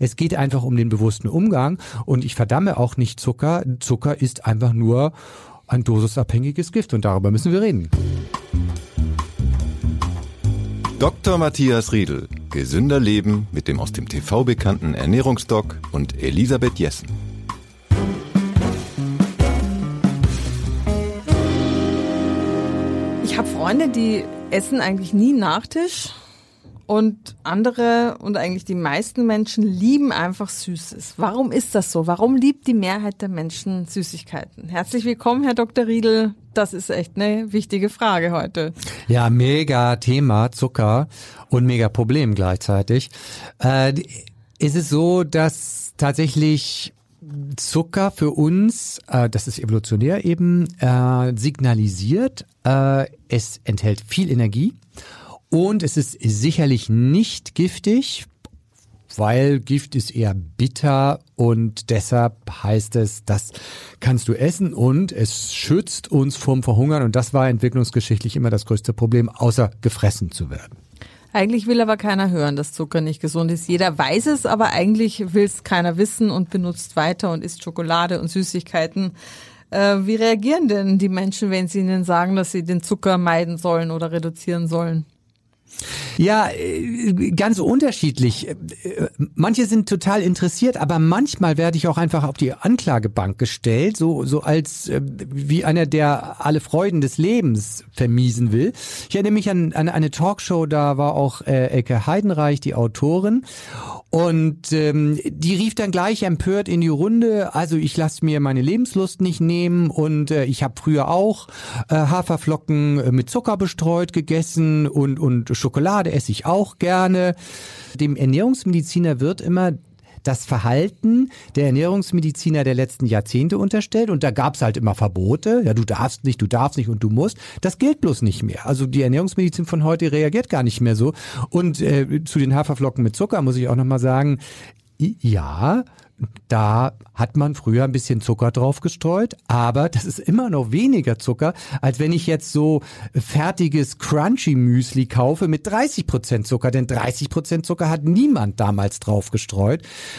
Es geht einfach um den bewussten Umgang und ich verdamme auch nicht Zucker. Zucker ist einfach nur ein dosisabhängiges Gift und darüber müssen wir reden. Dr. Matthias Riedl. Gesünder Leben mit dem aus dem TV bekannten Ernährungsdoc und Elisabeth Jessen. Ich habe Freunde, die essen eigentlich nie Nachtisch und andere und eigentlich die meisten Menschen lieben einfach Süßes. Warum ist das so? Warum liebt die Mehrheit der Menschen Süßigkeiten? Herzlich willkommen, Herr Dr. Riedl. Das ist echt eine wichtige Frage heute. Ja, mega Thema Zucker und mega Problem gleichzeitig. Ist es so, dass tatsächlich Zucker für uns, das ist evolutionär eben, signalisiert, es enthält viel Energie und es ist sicherlich nicht giftig, weil Gift ist eher bitter und deshalb heißt es, das kannst du essen und es schützt uns vorm Verhungern und das war entwicklungsgeschichtlich immer das größte Problem, außer gefressen zu werden. Eigentlich will aber keiner hören, dass Zucker nicht gesund ist. Jeder weiß es, aber eigentlich will es keiner wissen und benutzt weiter und isst Schokolade und Süßigkeiten. Wie reagieren denn die Menschen, wenn sie ihnen sagen, dass sie den Zucker meiden sollen oder reduzieren sollen? Ja, ganz unterschiedlich. Manche sind total interessiert, aber manchmal werde ich auch einfach auf die Anklagebank gestellt, so als wie einer, der alle Freuden des Lebens vermiesen will. Ich erinnere mich an eine Talkshow, da war auch Elke Heidenreich, die Autorin. Und die rief dann gleich empört in die Runde, also ich lasse mir meine Lebenslust nicht nehmen und ich habe früher auch Haferflocken mit Zucker bestreut gegessen und Schokolade esse ich auch gerne. Dem Ernährungsmediziner wird immer das Verhalten der Ernährungsmediziner der letzten Jahrzehnte unterstellt und da gab's halt immer Verbote. Ja, du darfst nicht und du musst. Das gilt bloß nicht mehr. Also die Ernährungsmedizin von heute reagiert gar nicht mehr so. Und zu den Haferflocken mit Zucker muss ich auch nochmal sagen, ja, da hat man früher ein bisschen Zucker drauf gestreut, aber das ist immer noch weniger Zucker, als wenn ich jetzt so fertiges Crunchy-Müsli kaufe mit 30% Zucker, denn 30% Zucker hat niemand damals drauf gestreut.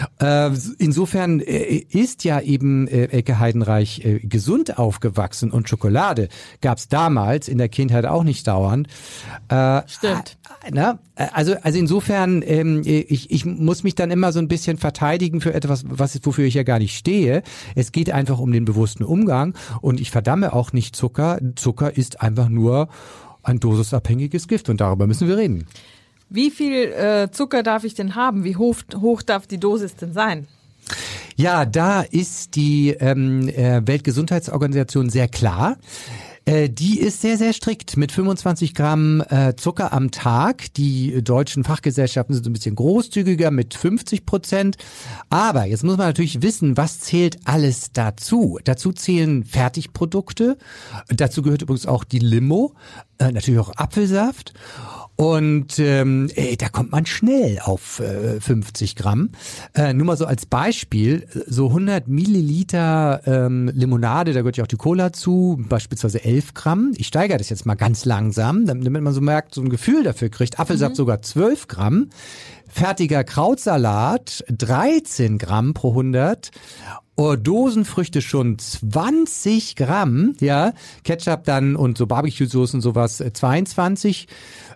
Insofern ist ja eben Elke Heidenreich gesund aufgewachsen und Schokolade gab's damals in der Kindheit auch nicht dauernd. Stimmt. Also insofern, ich muss mich dann immer so ein bisschen verteidigen für etwas, wofür ich ja gar nicht stehe. Es geht einfach um den bewussten Umgang und ich verdamme auch nicht Zucker. Zucker ist einfach nur ein dosisabhängiges Gift und darüber müssen wir reden. Wie viel Zucker darf ich denn haben? Wie hoch darf die Dosis denn sein? Ja, da ist die Weltgesundheitsorganisation sehr klar. Die ist sehr, sehr strikt mit 25 Gramm Zucker am Tag. Die deutschen Fachgesellschaften sind ein bisschen großzügiger mit 50%. Aber jetzt muss man natürlich wissen, was zählt alles dazu? Dazu zählen Fertigprodukte. Dazu gehört übrigens auch die Limo, natürlich auch Apfelsaft. Und da kommt man schnell auf 50 Gramm. Nur mal so als Beispiel, so 100 Milliliter Limonade, da gehört ja auch die Cola zu, beispielsweise 11 Gramm. Ich steigere das jetzt mal ganz langsam, damit man so merkt, so ein Gefühl dafür kriegt. Apfelsaft sogar 12 Gramm. Fertiger Krautsalat 13 Gramm pro 100. Dosenfrüchte schon 20 Gramm, ja. Ketchup dann und so Barbecue-Soßen sowas 22.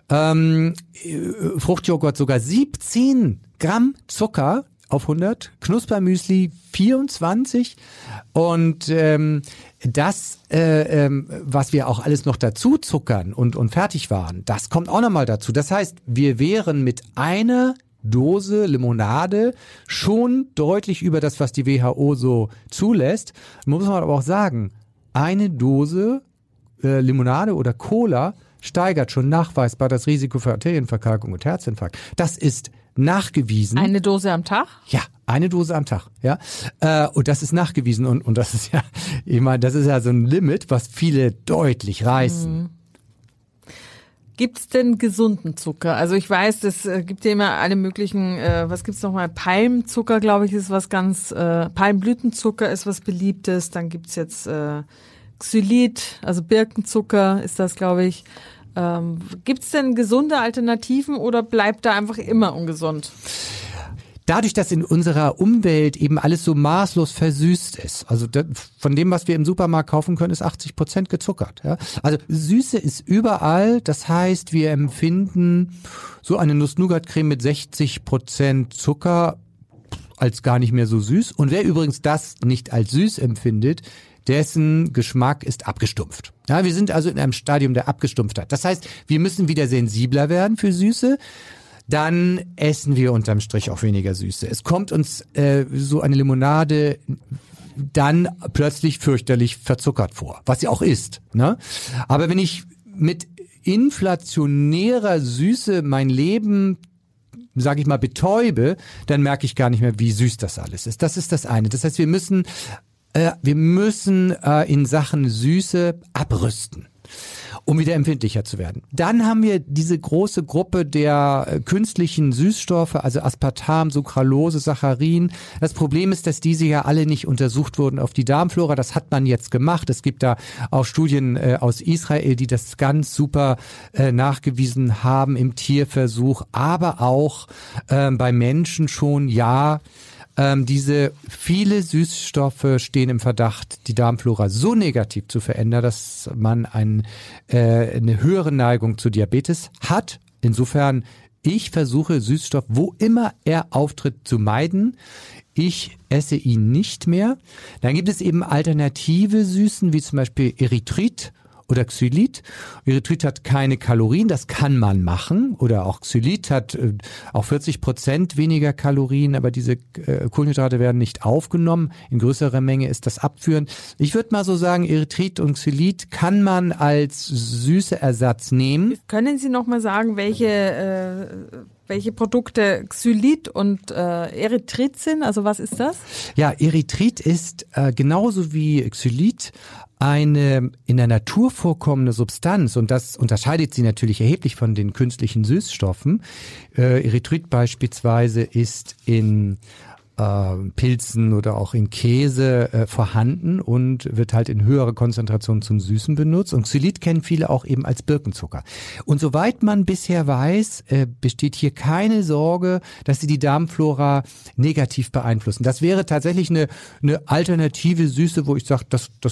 Fruchtjoghurt sogar 17 Gramm Zucker auf 100. Knuspermüsli 24. Und das, was wir auch alles noch dazu zuckern und fertig waren, das kommt auch nochmal dazu. Das heißt, wir wären mit einer Dose Limonade schon deutlich über das, was die WHO so zulässt. Muss man aber auch sagen, eine Dose Limonade oder Cola steigert schon nachweisbar das Risiko für Arterienverkalkung und Herzinfarkt. Das ist nachgewiesen. Eine Dose am Tag? Ja, eine Dose am Tag, ja. Und das ist nachgewiesen und das ist ja, ich meine, das ist ja so ein Limit, was viele deutlich reißen. Gibt's denn gesunden Zucker? Also ich weiß, es gibt ja immer alle möglichen, was gibt's nochmal? Palmzucker, glaube ich, ist was ganz, Palmblütenzucker ist was Beliebtes. Dann gibt's jetzt Xylit, also Birkenzucker ist das, glaube ich. Gibt's denn gesunde Alternativen oder bleibt da einfach immer ungesund? dadurch, dass in unserer Umwelt eben alles so maßlos versüßt ist, also von dem, was wir im Supermarkt kaufen können, ist 80% gezuckert. Ja? Also Süße ist überall, das heißt, wir empfinden so eine Nuss-Nougat-Creme mit 60% Zucker als gar nicht mehr so süß. Und wer übrigens das nicht als süß empfindet, dessen Geschmack ist abgestumpft. Ja, wir sind also in einem Stadium der Abgestumpftheit. Das heißt, wir müssen wieder sensibler werden für Süße. Dann essen wir unterm Strich auch weniger Süße. Es kommt uns so eine Limonade dann plötzlich fürchterlich verzuckert vor, was sie auch ist. Ne? Aber wenn ich mit inflationärer Süße mein Leben, sage ich mal, betäube, dann merke ich gar nicht mehr, wie süß das alles ist. Das ist das eine. Das heißt, wir müssen in Sachen Süße abrüsten, um wieder empfindlicher zu werden. Dann haben wir diese große Gruppe der künstlichen Süßstoffe, also Aspartam, Sucralose, Saccharin. Das Problem ist, dass diese ja alle nicht untersucht wurden auf die Darmflora. Das hat man jetzt gemacht. Es gibt da auch Studien aus Israel, die das ganz super nachgewiesen haben im Tierversuch, aber auch bei Menschen schon, ja. Diese viele Süßstoffe stehen im Verdacht, die Darmflora so negativ zu verändern, dass man eine höhere Neigung zu Diabetes hat. Insofern, ich versuche Süßstoff, wo immer er auftritt, zu meiden. Ich esse ihn nicht mehr. Dann gibt es eben alternative Süßen, wie zum Beispiel Erythrit oder Xylit. Erythrit hat keine Kalorien, das kann man machen. Oder auch Xylit hat auch 40% weniger Kalorien, aber diese Kohlenhydrate werden nicht aufgenommen. In größerer Menge ist das abführend. Ich würde mal so sagen, Erythrit und Xylit kann man als Süßeersatz nehmen. Können Sie noch mal sagen, welche Produkte Xylit und Erythrit sind? Also was ist das? Ja, Erythrit ist genauso wie Xylit eine in der Natur vorkommende Substanz, und das unterscheidet sie natürlich erheblich von den künstlichen Süßstoffen. Erythrit beispielsweise ist in Pilzen oder auch in Käse vorhanden und wird halt in höherer Konzentration zum Süßen benutzt. Und Xylit kennen viele auch eben als Birkenzucker. Und soweit man bisher weiß, besteht hier keine Sorge, dass sie die Darmflora negativ beeinflussen. Das wäre tatsächlich eine alternative Süße, wo ich sage,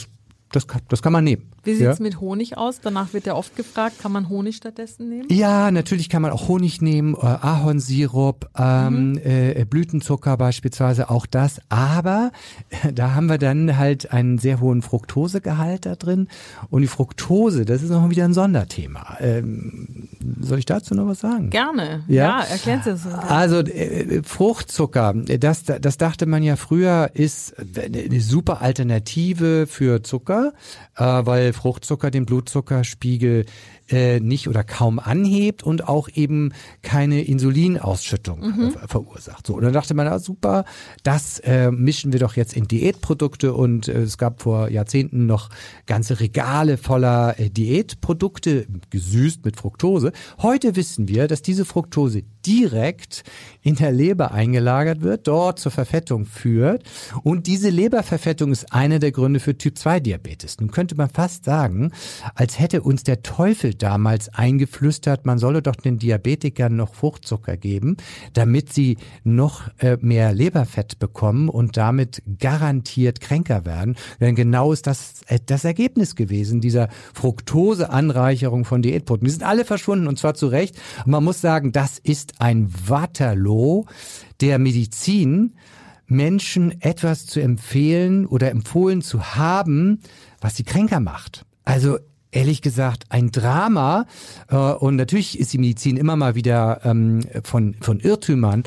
das kann man nehmen. Wie sieht's mit Honig aus? Danach wird ja oft gefragt, kann man Honig stattdessen nehmen? Ja, natürlich kann man auch Honig nehmen, Ahornsirup, Blütenzucker beispielsweise, auch das. Aber da haben wir dann halt einen sehr hohen Fructosegehalt da drin. Und die Fructose, das ist noch wieder ein Sonderthema. Soll ich dazu noch was sagen? Gerne. Ja, erklären Sie es. Also Fruchtzucker, das dachte man ja früher, ist eine super Alternative für Zucker, weil Fruchtzucker den Blutzuckerspiegel nicht oder kaum anhebt und auch eben keine Insulinausschüttung verursacht. So, und dann dachte man, super, das mischen wir doch jetzt in Diätprodukte, und es gab vor Jahrzehnten noch ganze Regale voller Diätprodukte, gesüßt mit Fructose. Heute wissen wir, dass diese Fructose direkt in der Leber eingelagert wird, dort zur Verfettung führt, und diese Leberverfettung ist einer der Gründe für Typ-2-Diabetes. Nun könnte man fast sagen, als hätte uns der Teufel damals eingeflüstert, man solle doch den Diabetikern noch Fruchtzucker geben, damit sie noch mehr Leberfett bekommen und damit garantiert kränker werden. Denn genau ist das Ergebnis gewesen, dieser Fructose-Anreicherung von Diätprodukten. Die sind alle verschwunden, und zwar zu Recht. Und man muss sagen, das ist ein Waterloo der Medizin, Menschen etwas zu empfehlen oder empfohlen zu haben, was sie kränker macht. Also ehrlich gesagt, ein Drama. Und natürlich ist die Medizin immer mal wieder von Irrtümern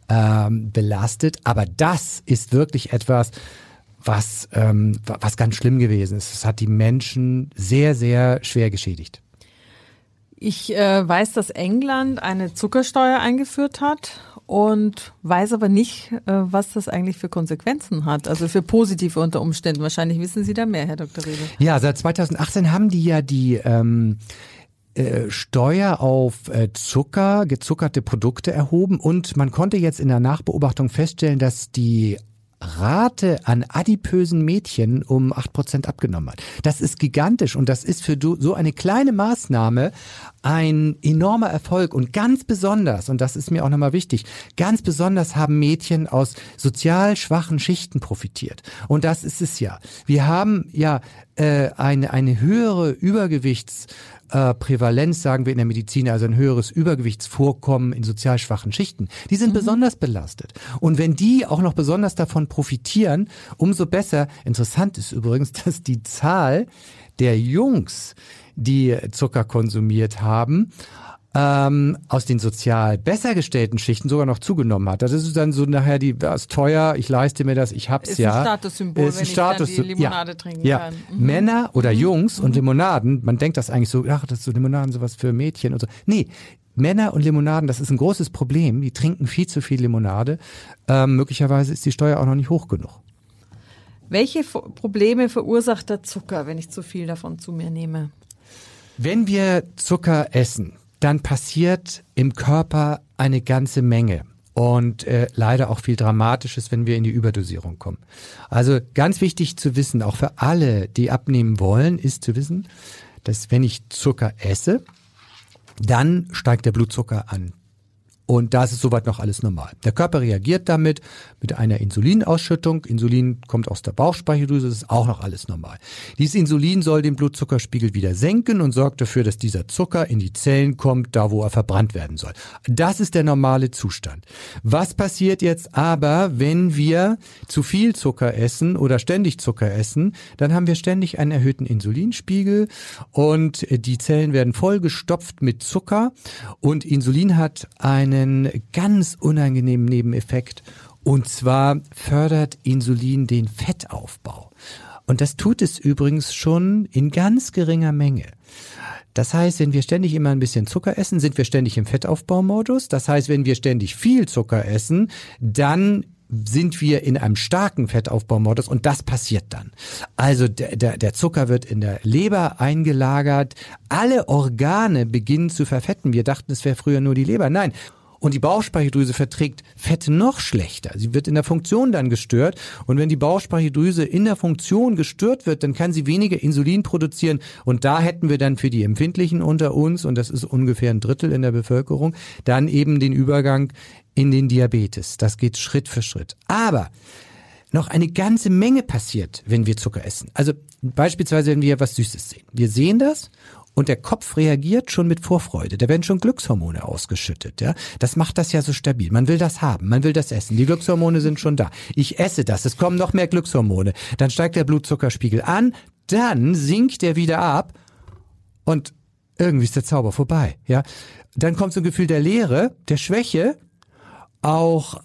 belastet. Aber das ist wirklich etwas, was ganz schlimm gewesen ist. Es hat die Menschen sehr, sehr schwer geschädigt. Ich weiß, dass England eine Zuckersteuer eingeführt hat und weiß aber nicht, was das eigentlich für Konsequenzen hat, also für positive unter Umständen. Wahrscheinlich wissen Sie da mehr, Herr Dr. Riedel. Ja, seit 2018 haben die ja die Steuer auf gezuckerte Produkte erhoben, und man konnte jetzt in der Nachbeobachtung feststellen, dass die Rate an adipösen Mädchen um 8% abgenommen hat. Das ist gigantisch und das ist für so eine kleine Maßnahme ein enormer Erfolg und ganz besonders, und das ist mir auch nochmal wichtig, ganz besonders haben Mädchen aus sozial schwachen Schichten profitiert. Und das ist es ja. Wir haben ja eine höhere Übergewichtsprävalenz, sagen wir in der Medizin, also ein höheres Übergewichtsvorkommen in sozial schwachen Schichten. Die sind besonders belastet. Und wenn die auch noch besonders davon profitieren, umso besser. Interessant ist übrigens, dass die Zahl der Jungs, die Zucker konsumiert haben, aus den sozial besser gestellten Schichten sogar noch zugenommen hat. Das ist dann so nachher das ist teuer, ich leiste mir das, ich hab's ja. Ist ein Statussymbol, wenn ich dann die Limonade trinken kann. Männer oder Jungs und Limonaden, man denkt das eigentlich so, ach, das ist so Limonaden, sowas für Mädchen und so. Nee, Männer und Limonaden, das ist ein großes Problem. Die trinken viel zu viel Limonade. Möglicherweise ist die Steuer auch noch nicht hoch genug. Welche Probleme verursacht der Zucker, wenn ich zu viel davon zu mir nehme? Wenn wir Zucker essen, dann passiert im Körper eine ganze Menge und leider auch viel Dramatisches, wenn wir in die Überdosierung kommen. Also ganz wichtig zu wissen, auch für alle, die abnehmen wollen, ist zu wissen, dass wenn ich Zucker esse, dann steigt der Blutzucker an. Und da ist es soweit noch alles normal. Der Körper reagiert damit mit einer Insulinausschüttung. Insulin kommt aus der Bauchspeicheldrüse, das ist auch noch alles normal. Dieses Insulin soll den Blutzuckerspiegel wieder senken und sorgt dafür, dass dieser Zucker in die Zellen kommt, da wo er verbrannt werden soll. Das ist der normale Zustand. Was passiert jetzt aber, wenn wir zu viel Zucker essen oder ständig Zucker essen? Dann haben wir ständig einen erhöhten Insulinspiegel und die Zellen werden vollgestopft mit Zucker und Insulin hat einen ganz unangenehmen Nebeneffekt, und zwar fördert Insulin den Fettaufbau. Und das tut es übrigens schon in ganz geringer Menge. Das heißt, wenn wir ständig immer ein bisschen Zucker essen, sind wir ständig im Fettaufbaumodus. Das heißt, wenn wir ständig viel Zucker essen, dann sind wir in einem starken Fettaufbaumodus und das passiert dann. Also der Zucker wird in der Leber eingelagert, alle Organe beginnen zu verfetten. Wir dachten, es wäre früher nur die Leber. Nein. Und die Bauchspeicheldrüse verträgt Fett noch schlechter. Sie wird in der Funktion dann gestört. Und wenn die Bauchspeicheldrüse in der Funktion gestört wird, dann kann sie weniger Insulin produzieren. Und da hätten wir dann für die Empfindlichen unter uns, und das ist ungefähr 1/3 in der Bevölkerung, dann eben den Übergang in den Diabetes. Das geht Schritt für Schritt. Aber noch eine ganze Menge passiert, wenn wir Zucker essen. Also beispielsweise, wenn wir was Süßes sehen. Wir sehen das. Und der Kopf reagiert schon mit Vorfreude. Da werden schon Glückshormone ausgeschüttet. Ja, das macht das ja so stabil. Man will das haben, man will das essen. Die Glückshormone sind schon da. Ich esse das, es kommen noch mehr Glückshormone. Dann steigt der Blutzuckerspiegel an, dann sinkt er wieder ab und irgendwie ist der Zauber vorbei. Ja, dann kommt so ein Gefühl der Leere, der Schwäche, auch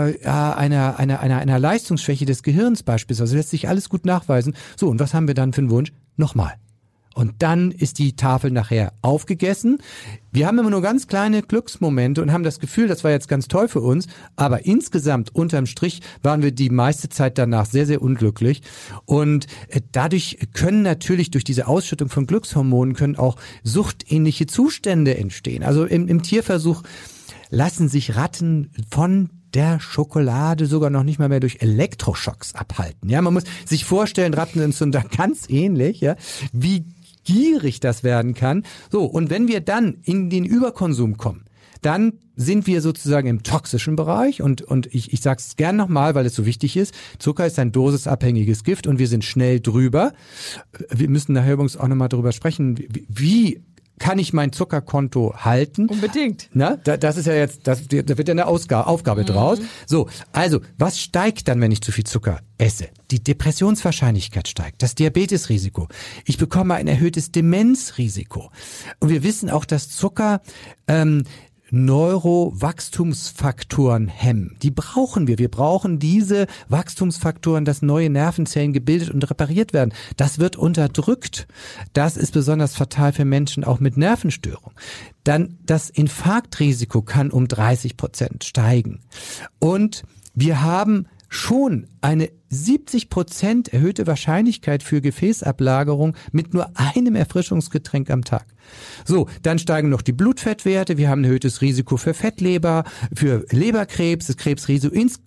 einer Leistungsschwäche des Gehirns beispielsweise. Lässt sich alles gut nachweisen. So, und was haben wir dann für einen Wunsch? Nochmal. Und dann ist die Tafel nachher aufgegessen. Wir haben immer nur ganz kleine Glücksmomente und haben das Gefühl, das war jetzt ganz toll für uns. Aber insgesamt, unterm Strich, waren wir die meiste Zeit danach sehr, sehr unglücklich. Und dadurch können natürlich durch diese Ausschüttung von Glückshormonen können auch suchtähnliche Zustände entstehen. Also im Tierversuch lassen sich Ratten von der Schokolade sogar noch nicht mal mehr durch Elektroschocks abhalten. Ja, man muss sich vorstellen, Ratten sind da ganz ähnlich, ja, wie gierig das werden kann. So, und wenn wir dann in den Überkonsum kommen, dann sind wir sozusagen im toxischen Bereich und ich sage es gern nochmal, weil es so wichtig ist. Zucker ist ein dosisabhängiges Gift und wir sind schnell drüber. Wir müssen nachher übrigens auch nochmal drüber sprechen, wie kann ich mein Zuckerkonto halten? Unbedingt. Na, das ist ja jetzt, da wird ja eine Aufgabe draus. So, also, was steigt dann, wenn ich zu viel Zucker esse? Die Depressionswahrscheinlichkeit steigt, das Diabetesrisiko. Ich bekomme ein erhöhtes Demenzrisiko. Und wir wissen auch, dass Zucker Neurowachstumsfaktoren hemmen. Die brauchen wir. Wir brauchen diese Wachstumsfaktoren, dass neue Nervenzellen gebildet und repariert werden. Das wird unterdrückt. Das ist besonders fatal für Menschen auch mit Nervenstörung. Dann das Infarktrisiko kann um 30% steigen. Und wir haben schon eine 70% erhöhte Wahrscheinlichkeit für Gefäßablagerung mit nur einem Erfrischungsgetränk am Tag. So, dann steigen noch die Blutfettwerte, wir haben ein erhöhtes Risiko für Fettleber, für Leberkrebs, das Krebsrisiko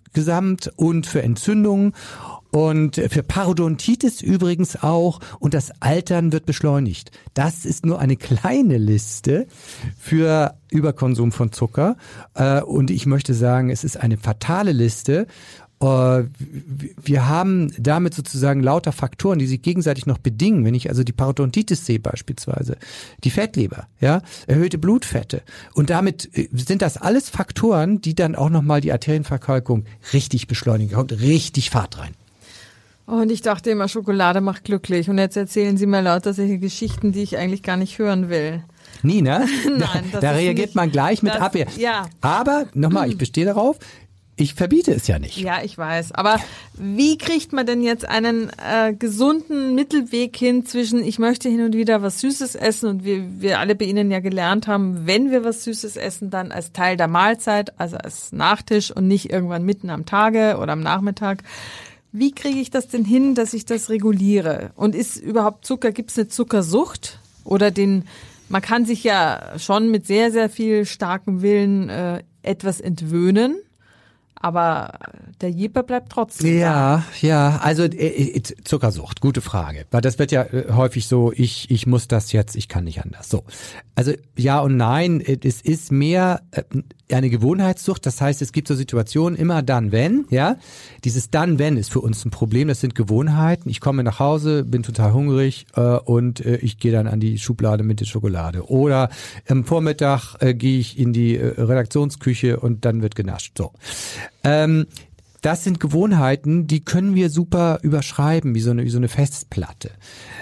insgesamt und für Entzündungen. Und für Parodontitis übrigens auch. Und das Altern wird beschleunigt. Das ist nur eine kleine Liste für Überkonsum von Zucker. Und ich möchte sagen, es ist eine fatale Liste. Wir haben damit sozusagen lauter Faktoren, die sich gegenseitig noch bedingen. Wenn ich also die Parodontitis sehe beispielsweise, die Fettleber, ja, erhöhte Blutfette. Und damit sind das alles Faktoren, die dann auch nochmal die Arterienverkalkung richtig beschleunigen. Kommt richtig Fahrt rein. Und ich dachte immer, Schokolade macht glücklich. Und jetzt erzählen Sie mir lauter solche Geschichten, die ich eigentlich gar nicht hören will. Nie, ne? Nein, da reagiert nicht, man gleich mit Abwehr. Ja. Aber, nochmal, ich bestehe darauf, ich verbiete es ja nicht. Ja, ich weiß. Aber wie kriegt man denn jetzt einen gesunden Mittelweg hin zwischen, ich möchte hin und wieder was Süßes essen und wir alle bei Ihnen ja gelernt haben, wenn wir was Süßes essen, dann als Teil der Mahlzeit, also als Nachtisch und nicht irgendwann mitten am Tage oder am Nachmittag. Wie kriege ich das denn hin, dass ich das reguliere? Und ist überhaupt Zucker, gibt es eine Zuckersucht? Oder man kann sich ja schon mit sehr, sehr viel starkem Willen etwas entwöhnen, aber der Jeper bleibt trotzdem da. Ja, also Zuckersucht, gute Frage. Weil das wird ja häufig so, ich muss das jetzt, ich kann nicht anders. So, also ja und nein, es ist mehr eine Gewohnheitssucht. Das heißt, es gibt so Situationen, immer dann, wenn, ja. Dieses dann, wenn ist für uns ein Problem. Das sind Gewohnheiten. Ich komme nach Hause, bin total hungrig und ich gehe dann an die Schublade mit der Schokolade. Oder am Vormittag gehe ich in die Redaktionsküche und dann wird genascht. So. Das sind Gewohnheiten, die können wir super überschreiben, wie so eine Festplatte.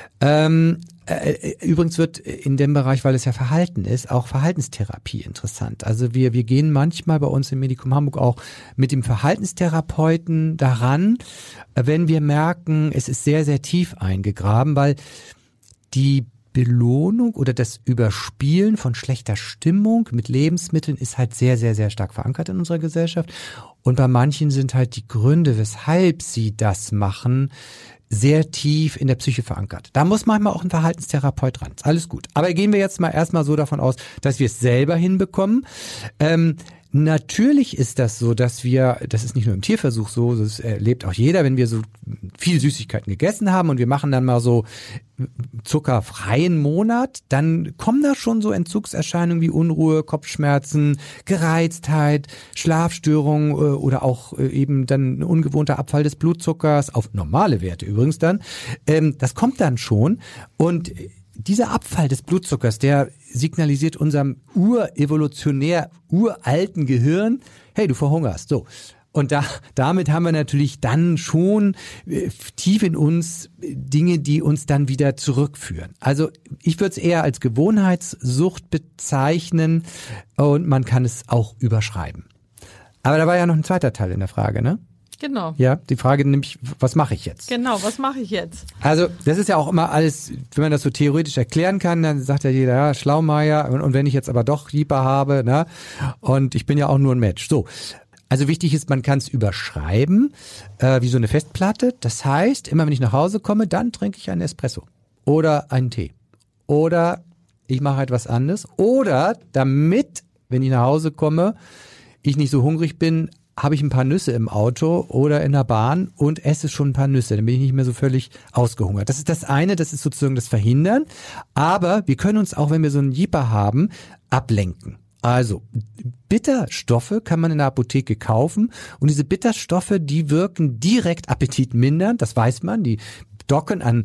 Übrigens wird in dem Bereich, weil es ja Verhalten ist, auch Verhaltenstherapie interessant. Also wir gehen manchmal bei uns im Medikum Hamburg auch mit dem Verhaltenstherapeuten daran, wenn wir merken, es ist sehr, sehr tief eingegraben, weil die Belohnung oder das Überspielen von schlechter Stimmung mit Lebensmitteln ist halt sehr, sehr, sehr stark verankert in unserer Gesellschaft. Und bei manchen sind halt die Gründe, weshalb sie das machen, sehr tief in der Psyche verankert. Da muss manchmal auch ein Verhaltenstherapeut ran. Alles gut. Aber gehen wir jetzt mal erstmal so davon aus, dass wir es selber hinbekommen. Natürlich ist das so, dass das ist nicht nur im Tierversuch so, das erlebt auch jeder, wenn wir so viel Süßigkeiten gegessen haben und wir machen dann mal so zuckerfreien Monat, dann kommen da schon so Entzugserscheinungen wie Unruhe, Kopfschmerzen, Gereiztheit, Schlafstörungen oder auch eben dann ein ungewohnter Abfall des Blutzuckers, auf normale Werte übrigens dann. Das kommt dann schon und dieser Abfall des Blutzuckers, der signalisiert unserem urevolutionär uralten Gehirn, hey, du verhungerst. So. Und damit haben wir natürlich dann schon tief in uns Dinge, die uns dann wieder zurückführen. Also ich würde es eher als Gewohnheitssucht bezeichnen und man kann es auch überschreiben. Aber da war ja noch ein zweiter Teil in der Frage, ne? Genau. Ja, die Frage nämlich, was mache ich jetzt? Genau, was mache ich jetzt? Also das ist ja auch immer alles, wenn man das so theoretisch erklären kann, dann sagt ja jeder, ja, Schlaumeier, und wenn ich jetzt aber doch Jeeper habe, ne, und ich bin ja auch nur ein Mensch. So, also wichtig ist, man kann es überschreiben, wie so eine Festplatte. Das heißt, immer wenn ich nach Hause komme, dann trinke ich einen Espresso oder einen Tee oder ich mache etwas anderes oder damit, wenn ich nach Hause komme, ich nicht so hungrig bin, habe ich ein paar Nüsse im Auto oder in der Bahn und esse schon ein paar Nüsse. Dann bin ich nicht mehr so völlig ausgehungert. Das ist das eine, das ist sozusagen das Verhindern. Aber wir können uns auch, wenn wir so einen Jeeper haben, ablenken. Also Bitterstoffe kann man in der Apotheke kaufen und diese Bitterstoffe, die wirken direkt appetitmindernd, das weiß man, die docken an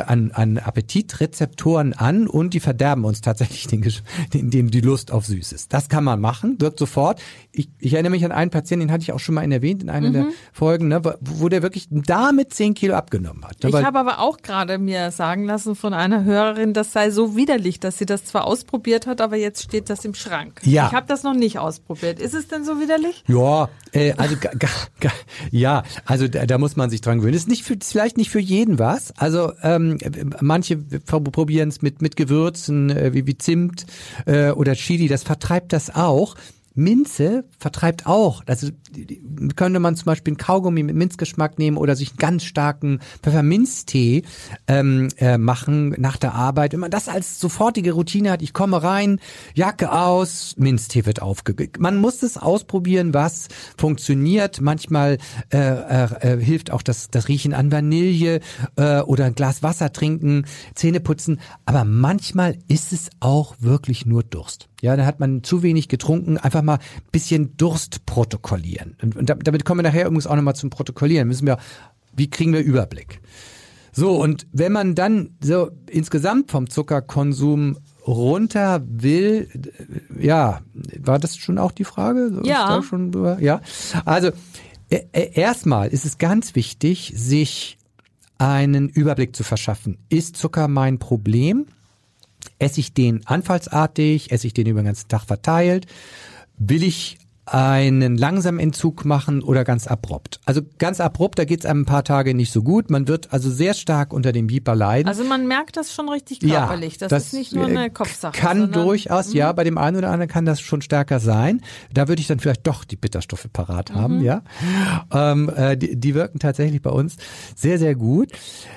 Appetitrezeptoren an und die verderben uns tatsächlich die Lust auf Süßes. Das kann man machen, wirkt sofort. Ich erinnere mich an einen Patienten, den hatte ich auch schon mal erwähnt in einer der Folgen, ne, wo der wirklich damit 10 Kilo abgenommen hat. Ne, ich habe aber auch gerade mir sagen lassen von einer Hörerin, das sei so widerlich, dass sie das zwar ausprobiert hat, aber jetzt steht das im Schrank. Ja. Ich habe das noch nicht ausprobiert. Ist es denn so widerlich? Ja, also da muss man sich dran gewöhnen. Ist vielleicht nicht für jeden was. Also manche probieren es mit Gewürzen wie Zimt oder Chili, das vertreibt das auch. Minze vertreibt auch, also könnte man zum Beispiel einen Kaugummi mit Minzgeschmack nehmen oder sich einen ganz starken Pfefferminztee machen nach der Arbeit. Wenn man das als sofortige Routine hat, ich komme rein, Jacke aus, Minztee wird aufgegeben. Man muss es ausprobieren, was funktioniert. Manchmal hilft auch das Riechen an Vanille oder ein Glas Wasser trinken, Zähne putzen. Aber manchmal ist es auch wirklich nur Durst. Ja, da hat man zu wenig getrunken, einfach mal ein bisschen Durst protokollieren. Und damit kommen wir nachher übrigens auch nochmal zum Protokollieren. Wie kriegen wir Überblick? So, und wenn man dann so insgesamt vom Zuckerkonsum runter will, ja, war das schon auch die Frage? Ja. Ja. Also, erstmal ist es ganz wichtig, sich einen Überblick zu verschaffen. Ist Zucker mein Problem? Esse ich den anfallsartig? Esse ich den über den ganzen Tag verteilt? Will ich einen langsamen Entzug machen oder ganz abrupt? Also ganz abrupt, da geht's einem ein paar Tage nicht so gut. Man wird also sehr stark unter dem Biber leiden. Also man merkt das schon richtig körperlich. Ja, das ist nicht nur eine Kopfsache. Kann durchaus, ja, bei dem einen oder anderen kann das schon stärker sein. Da würde ich dann vielleicht doch die Bitterstoffe parat haben, ja. Die wirken tatsächlich bei uns sehr, sehr gut.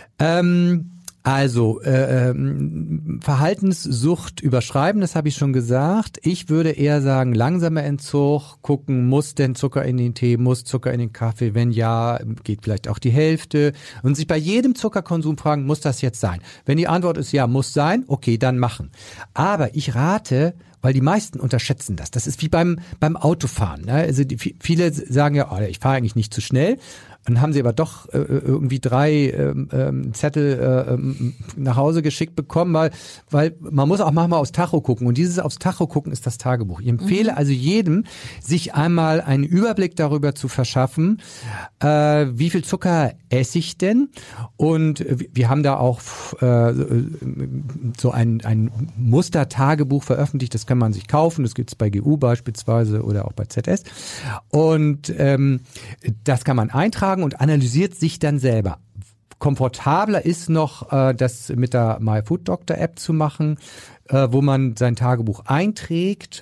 Also, Verhaltenssucht überschreiben, das habe ich schon gesagt. Ich würde eher sagen, langsamer Entzug, gucken, muss denn Zucker in den Tee, muss Zucker in den Kaffee? Wenn ja, geht vielleicht auch die Hälfte. Und sich bei jedem Zuckerkonsum fragen, muss das jetzt sein? Wenn die Antwort ist ja, muss sein, okay, dann machen. Aber ich rate, weil die meisten unterschätzen das. Das ist wie beim Autofahren. Ne? Also viele sagen ja, oh, ich fahre eigentlich nicht zu schnell. Dann haben sie aber doch irgendwie 3 Zettel nach Hause geschickt bekommen, weil man muss auch manchmal aufs Tacho gucken. Und dieses aufs Tacho gucken ist das Tagebuch. Ich empfehle also jedem, sich einmal einen Überblick darüber zu verschaffen, wie viel Zucker esse ich denn? Und wir haben da auch so ein Mustertagebuch veröffentlicht. Das kann man sich kaufen. Das gibt's bei GU beispielsweise oder auch bei ZS. Und das kann man eintragen und analysiert sich dann selber. Komfortabler ist noch, das mit der MyFoodDoctor-App zu machen, wo man sein Tagebuch einträgt.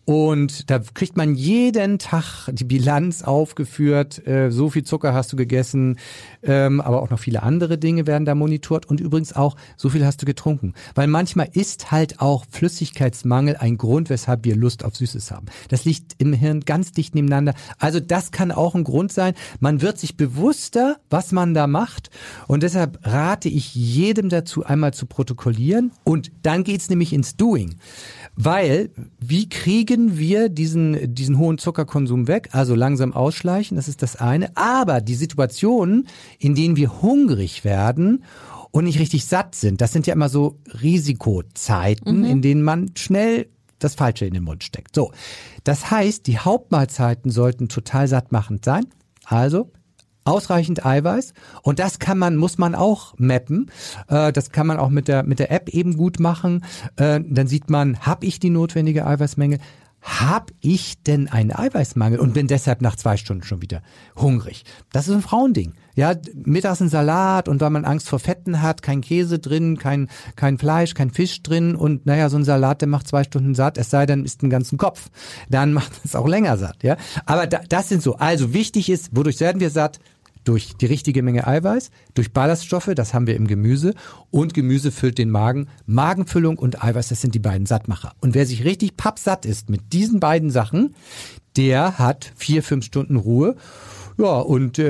Und da kriegt man jeden Tag die Bilanz aufgeführt, so viel Zucker hast du gegessen, aber auch noch viele andere Dinge werden da monitort und übrigens auch, so viel hast du getrunken. Weil manchmal ist halt auch Flüssigkeitsmangel ein Grund, weshalb wir Lust auf Süßes haben. Das liegt im Hirn ganz dicht nebeneinander. Also das kann auch ein Grund sein. Man wird sich bewusster, was man da macht und deshalb rate ich jedem dazu, einmal zu protokollieren und dann geht's nämlich ins Doing. Weil, wie kriegen wir diesen hohen Zuckerkonsum weg? Also langsam ausschleichen, das ist das eine. Aber die Situationen, in denen wir hungrig werden und nicht richtig satt sind, das sind ja immer so Risikozeiten, in denen man schnell das Falsche in den Mund steckt. So, das heißt, die Hauptmahlzeiten sollten total sattmachend sein. Also ausreichend Eiweiß und das muss man auch mappen. Das kann man auch mit der App eben gut machen. Dann sieht man, habe ich die notwendige Eiweißmenge? Habe ich denn einen Eiweißmangel und bin deshalb nach 2 Stunden schon wieder hungrig? Das ist ein Frauending. Ja, mittags ein Salat und weil man Angst vor Fetten hat, kein Käse drin, kein Fleisch, kein Fisch drin und naja, so ein Salat, der macht 2 Stunden satt, es sei denn, isst den ganzen Kopf. Dann macht es auch länger satt, ja. Aber das sind so. Also wichtig ist, wodurch werden wir satt? Durch die richtige Menge Eiweiß, durch Ballaststoffe, das haben wir im Gemüse und Gemüse füllt den Magen. Magenfüllung und Eiweiß, das sind die beiden Sattmacher. Und wer sich richtig pappsatt ist mit diesen beiden Sachen, der hat 4-5 Stunden Ruhe. Ja, und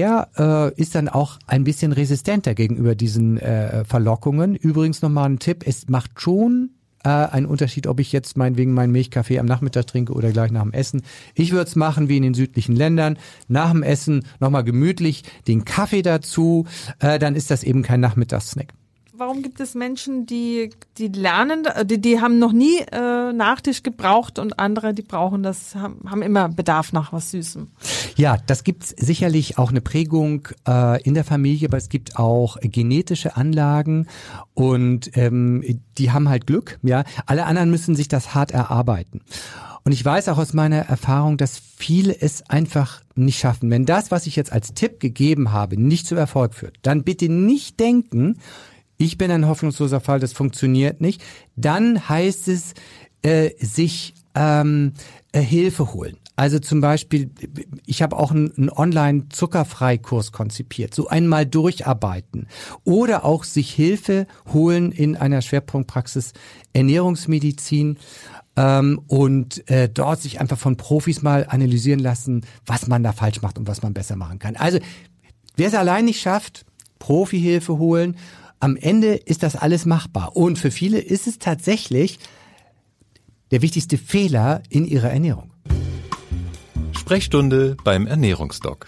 der ist dann auch ein bisschen resistenter gegenüber diesen Verlockungen. Übrigens nochmal ein Tipp, es macht schon ein Unterschied, ob ich jetzt meinetwegen meinen Milchkaffee am Nachmittag trinke oder gleich nach dem Essen. Ich würde es machen wie in den südlichen Ländern. Nach dem Essen nochmal gemütlich den Kaffee dazu. Dann ist das eben kein Nachmittagssnack. Warum gibt es Menschen, die lernen, die haben noch nie Nachtisch gebraucht und andere, die brauchen das, haben immer Bedarf nach was Süßem? Ja, das gibt sicherlich auch eine Prägung in der Familie, aber es gibt auch genetische Anlagen und die haben halt Glück. Ja, alle anderen müssen sich das hart erarbeiten. Und ich weiß auch aus meiner Erfahrung, dass viele es einfach nicht schaffen. Wenn das, was ich jetzt als Tipp gegeben habe, nicht zu Erfolg führt, dann bitte nicht denken, ich bin ein hoffnungsloser Fall, das funktioniert nicht. Dann heißt es, sich Hilfe holen. Also zum Beispiel, ich habe auch einen Online-Zuckerfrei-Kurs konzipiert, so einmal durcharbeiten oder auch sich Hilfe holen in einer Schwerpunktpraxis Ernährungsmedizin und dort sich einfach von Profis mal analysieren lassen, was man da falsch macht und was man besser machen kann. Also wer es allein nicht schafft, Profihilfe holen, am Ende ist das alles machbar. Und für viele ist es tatsächlich der wichtigste Fehler in ihrer Ernährung. Sprechstunde beim Ernährungsdoc.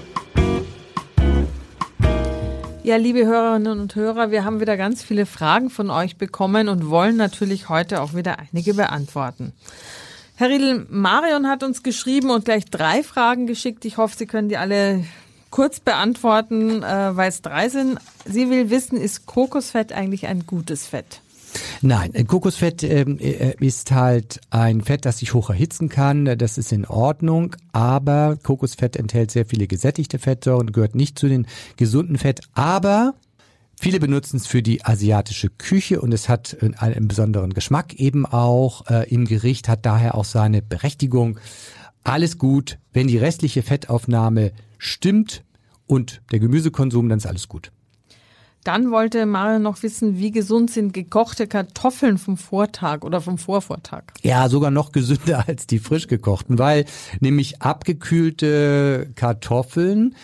Ja, liebe Hörerinnen und Hörer, wir haben wieder ganz viele Fragen von euch bekommen und wollen natürlich heute auch wieder einige beantworten. Herr Riedl, Marion hat uns geschrieben und gleich 3 Fragen geschickt. Ich hoffe, Sie können die alle kurz beantworten, weil es 3 sind. Sie will wissen, ist Kokosfett eigentlich ein gutes Fett? Nein, Kokosfett ist halt ein Fett, das sich hoch erhitzen kann. Das ist in Ordnung, aber Kokosfett enthält sehr viele gesättigte Fettsäuren, gehört nicht zu den gesunden Fett. Aber viele benutzen es für die asiatische Küche und es hat einen besonderen Geschmack eben auch im Gericht, hat daher auch seine Berechtigung. Alles gut, wenn die restliche Fettaufnahme stimmt und der Gemüsekonsum, dann ist alles gut. Dann wollte Marion noch wissen, wie gesund sind gekochte Kartoffeln vom Vortag oder vom Vorvortag? Ja, sogar noch gesünder als die frisch gekochten, weil nämlich abgekühlte Kartoffeln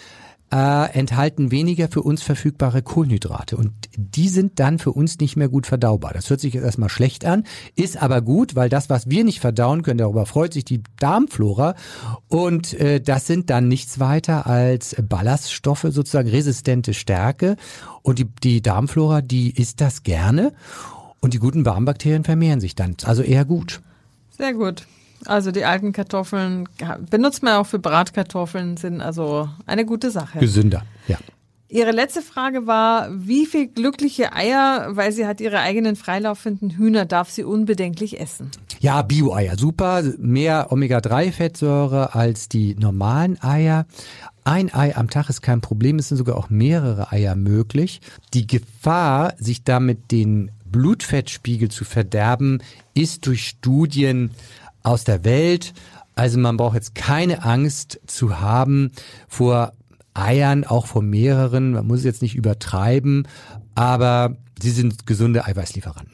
enthalten weniger für uns verfügbare Kohlenhydrate und die sind dann für uns nicht mehr gut verdaubar. Das hört sich jetzt erstmal schlecht an, ist aber gut, weil das, was wir nicht verdauen können, darüber freut sich die Darmflora und das sind dann nichts weiter als Ballaststoffe, sozusagen resistente Stärke und die Darmflora, die isst das gerne und die guten Darmbakterien vermehren sich dann, also eher gut. Sehr gut. Also die alten Kartoffeln benutzt man auch für Bratkartoffeln, sind also eine gute Sache. Gesünder, ja. Ihre letzte Frage war, wie viel glückliche Eier, weil sie hat ihre eigenen freilaufenden Hühner, darf sie unbedenklich essen? Ja, Bio-Eier, super, mehr Omega-3-Fettsäure als die normalen Eier. Ein Ei am Tag ist kein Problem, es sind sogar auch mehrere Eier möglich. Die Gefahr, sich damit den Blutfettspiegel zu verderben, ist durch Studien aus der Welt. Also man braucht jetzt keine Angst zu haben vor Eiern, auch vor mehreren. Man muss es jetzt nicht übertreiben, aber sie sind gesunde Eiweißlieferanten.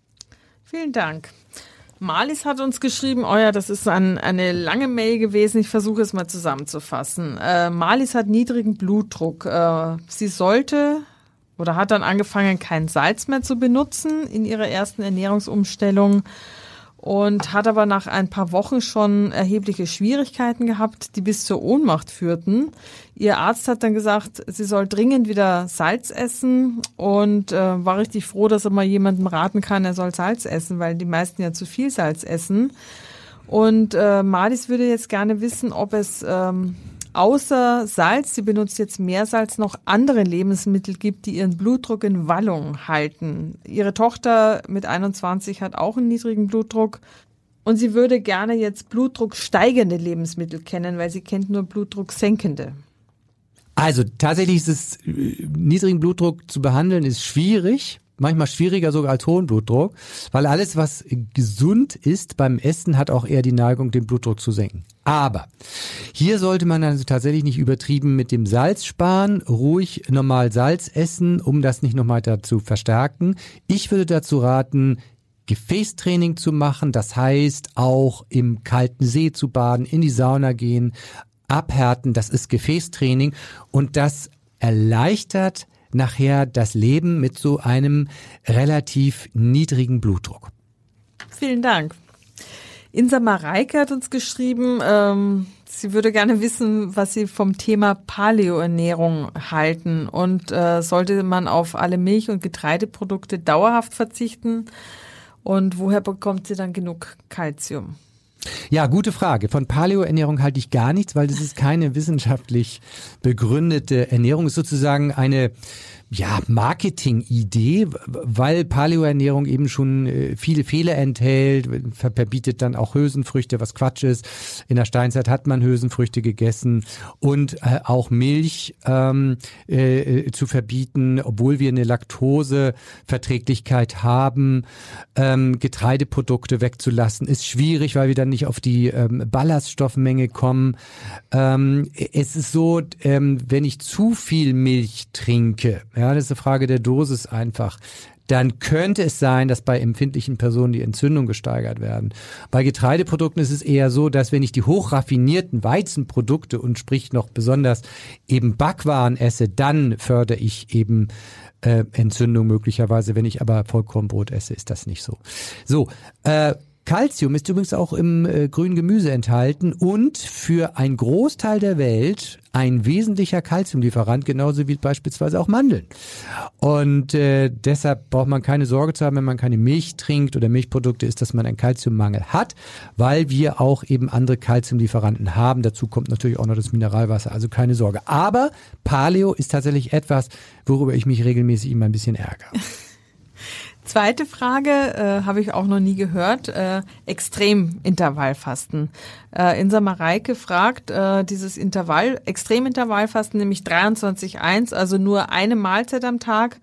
Vielen Dank. Marlies hat uns geschrieben, das ist eine lange Mail gewesen, ich versuche es mal zusammenzufassen. Marlies hat niedrigen Blutdruck. Sie sollte oder hat dann angefangen, kein Salz mehr zu benutzen in ihrer ersten Ernährungsumstellung. Und hat aber nach ein paar Wochen schon erhebliche Schwierigkeiten gehabt, die bis zur Ohnmacht führten. Ihr Arzt hat dann gesagt, sie soll dringend wieder Salz essen und war richtig froh, dass er mal jemandem raten kann, er soll Salz essen, weil die meisten ja zu viel Salz essen. Und Marlies würde jetzt gerne wissen, ob es außer Salz, sie benutzt jetzt Meersalz, noch andere Lebensmittel gibt, die ihren Blutdruck in Wallung halten. Ihre Tochter mit 21 hat auch einen niedrigen Blutdruck und sie würde gerne jetzt blutdrucksteigernde Lebensmittel kennen, weil sie kennt nur blutdrucksenkende. Also tatsächlich ist es, niedrigen Blutdruck zu behandeln, ist schwierig. Manchmal schwieriger sogar als hohen Blutdruck, weil alles, was gesund ist beim Essen, hat auch eher die Neigung, den Blutdruck zu senken. Aber hier sollte man also tatsächlich nicht übertrieben mit dem Salz sparen, ruhig normal Salz essen, um das nicht noch weiter zu verstärken. Ich würde dazu raten, Gefäßtraining zu machen, das heißt auch im kalten See zu baden, in die Sauna gehen, abhärten, das ist Gefäßtraining und das erleichtert nachher das Leben mit so einem relativ niedrigen Blutdruck. Vielen Dank. Insa Mareike hat uns geschrieben, sie würde gerne wissen, was Sie vom Thema Paleoernährung halten und sollte man auf alle Milch- und Getreideprodukte dauerhaft verzichten und woher bekommt sie dann genug Kalzium? Ja, gute Frage. Von Paleoernährung halte ich gar nichts, weil das ist keine wissenschaftlich begründete Ernährung. Es ist sozusagen eine Marketing-Idee, weil Paleoernährung eben schon viele Fehler enthält, verbietet dann auch Hülsenfrüchte, was Quatsch ist. In der Steinzeit hat man Hülsenfrüchte gegessen und auch Milch zu verbieten, obwohl wir eine Laktoseverträglichkeit haben. Getreideprodukte wegzulassen ist schwierig, weil wir dann nicht auf die Ballaststoffmenge kommen. Es ist so, wenn ich zu viel Milch trinke, ja, das ist eine Frage der Dosis einfach, dann könnte es sein, dass bei empfindlichen Personen die Entzündungen gesteigert werden. Bei Getreideprodukten ist es eher so, dass wenn ich die hochraffinierten Weizenprodukte und sprich noch besonders eben Backwaren esse, dann fördere ich eben Entzündung möglicherweise. Wenn ich aber Vollkornbrot esse, ist das nicht so. So, Calcium ist übrigens auch im grünen Gemüse enthalten und für einen Großteil der Welt ein wesentlicher Calciumlieferant, genauso wie beispielsweise auch Mandeln. Und deshalb braucht man keine Sorge zu haben, wenn man keine Milch trinkt oder Milchprodukte isst, dass man einen Calciummangel hat, weil wir auch eben andere Calciumlieferanten haben. Dazu kommt natürlich auch noch das Mineralwasser, also keine Sorge. Aber Paleo ist tatsächlich etwas, worüber ich mich regelmäßig immer ein bisschen ärgere. Zweite Frage, habe ich auch noch nie gehört, Extremintervallfasten. Insa Mareike fragt, dieses Extremintervallfasten, nämlich 23:1, also nur eine Mahlzeit am Tag,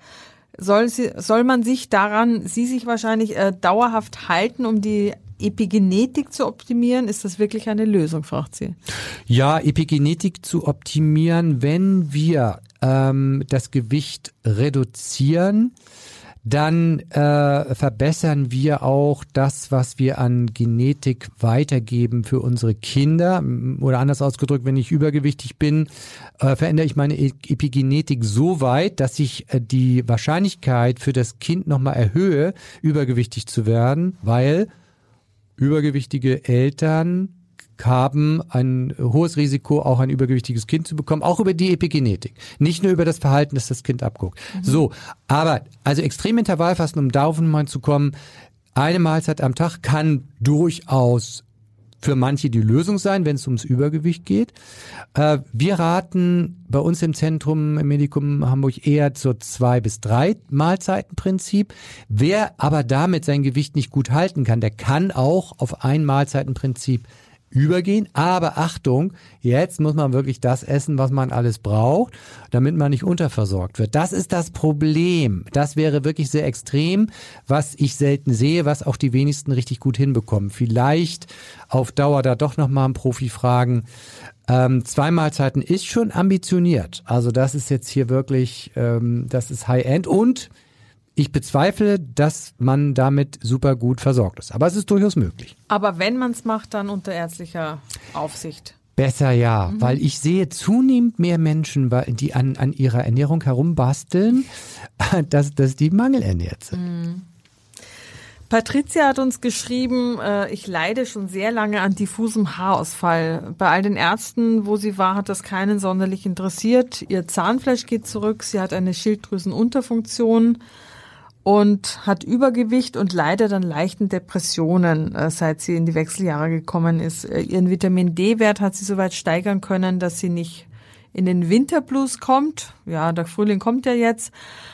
soll man sich daran, sie sich wahrscheinlich dauerhaft halten, um die Epigenetik zu optimieren? Ist das wirklich eine Lösung, fragt sie? Ja, Epigenetik zu optimieren, wenn wir das Gewicht reduzieren, dann verbessern wir auch das, was wir an Genetik weitergeben für unsere Kinder. Oder anders ausgedrückt, wenn ich übergewichtig bin, verändere ich meine Epigenetik so weit, dass ich die Wahrscheinlichkeit für das Kind nochmal erhöhe, übergewichtig zu werden, weil übergewichtige Eltern haben ein hohes Risiko, auch ein übergewichtiges Kind zu bekommen, auch über die Epigenetik. Nicht nur über das Verhalten, das das Kind abguckt. So, aber also Extremintervallfasten, um darauf mal zu kommen, eine Mahlzeit am Tag kann durchaus für manche die Lösung sein, wenn es ums Übergewicht geht. Wir raten bei uns im Zentrum im Medikum Hamburg eher zur 2 bis 3 Mahlzeitenprinzip. Wer aber damit sein Gewicht nicht gut halten kann, der kann auch auf ein Mahlzeitenprinzip übergehen, aber Achtung, jetzt muss man wirklich das essen, was man alles braucht, damit man nicht unterversorgt wird. Das ist das Problem. Das wäre wirklich sehr extrem, was ich selten sehe, was auch die wenigsten richtig gut hinbekommen. Vielleicht auf Dauer da doch nochmal einen Profi fragen. 2 Mahlzeiten ist schon ambitioniert. Also das ist jetzt hier wirklich, das ist High-End und ich bezweifle, dass man damit super gut versorgt ist. Aber es ist durchaus möglich. Aber wenn man es macht, dann unter ärztlicher Aufsicht. Besser ja, weil ich sehe zunehmend mehr Menschen, die an ihrer Ernährung herumbasteln, dass die mangelernährt sind. Patricia hat uns geschrieben, ich leide schon sehr lange an diffusem Haarausfall. Bei all den Ärzten, wo sie war, hat das keinen sonderlich interessiert. Ihr Zahnfleisch geht zurück, sie hat eine Schilddrüsenunterfunktion und hat Übergewicht und leidet an leichten Depressionen, seit sie in die Wechseljahre gekommen ist. Ihren Vitamin-D-Wert hat sie soweit steigern können, dass sie nicht in den Winterblues kommt. Ja, der Frühling kommt ja jetzt.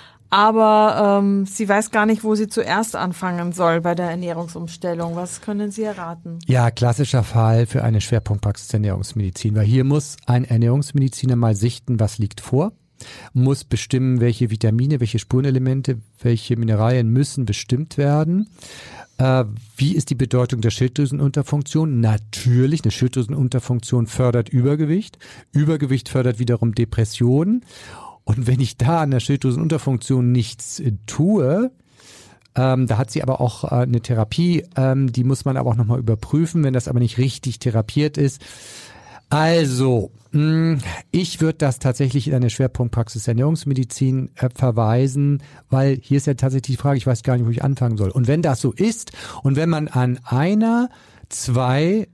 Aber sie weiß gar nicht, wo sie zuerst anfangen soll bei der Ernährungsumstellung. Was können Sie erraten? Ja, klassischer Fall für eine Schwerpunktpraxis der Ernährungsmedizin, weil hier muss ein Ernährungsmediziner mal sichten, was liegt vor, muss bestimmen, welche Vitamine, welche Spurenelemente, welche Mineralien müssen bestimmt werden. Wie ist die Bedeutung der Schilddrüsenunterfunktion? Natürlich, eine Schilddrüsenunterfunktion fördert Übergewicht. Übergewicht fördert wiederum Depressionen. Und wenn ich da an der Schilddrüsenunterfunktion nichts tue, da hat sie aber auch eine Therapie, die muss man aber auch nochmal überprüfen, wenn das aber nicht richtig therapiert ist. Also, ich würde das tatsächlich in eine Schwerpunktpraxis der Ernährungsmedizin verweisen, weil hier ist ja tatsächlich die Frage, ich weiß gar nicht, wo ich anfangen soll. Und wenn das so ist und wenn man an 1, 2,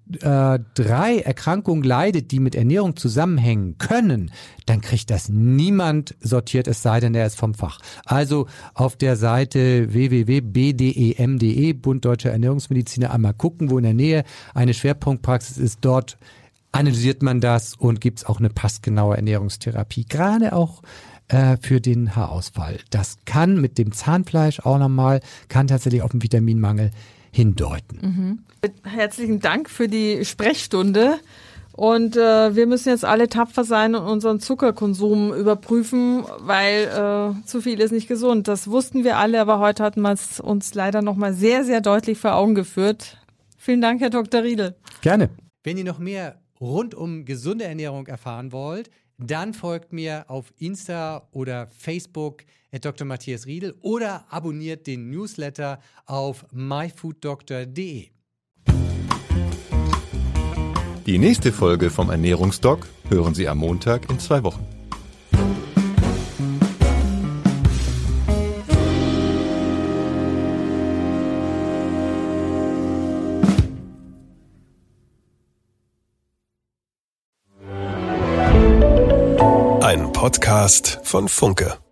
3 Erkrankungen leidet, die mit Ernährung zusammenhängen können, dann kriegt das niemand sortiert, es sei denn, er ist vom Fach. Also auf der Seite www.bdem.de, Bund Deutscher Ernährungsmediziner, einmal gucken, wo in der Nähe eine Schwerpunktpraxis ist. Dort analysiert man das und gibt es auch eine passgenaue Ernährungstherapie. Gerade auch für den Haarausfall. Das kann mit dem Zahnfleisch auch nochmal, kann tatsächlich auf den Vitaminmangel hindeuten. Herzlichen Dank für die Sprechstunde. Und wir müssen jetzt alle tapfer sein und unseren Zuckerkonsum überprüfen, weil zu viel ist nicht gesund. Das wussten wir alle, aber heute hatten wir es uns leider nochmal sehr, sehr deutlich vor Augen geführt. Vielen Dank, Herr Dr. Riedel. Gerne. Wenn ihr noch mehr rund um gesunde Ernährung erfahren wollt, dann folgt mir auf Insta oder Facebook @Dr. Matthias Riedel oder abonniert den Newsletter auf myfooddoctor.de. Die nächste Folge vom Ernährungsdoc hören Sie am Montag in 2 Wochen. Ein Podcast von Funke.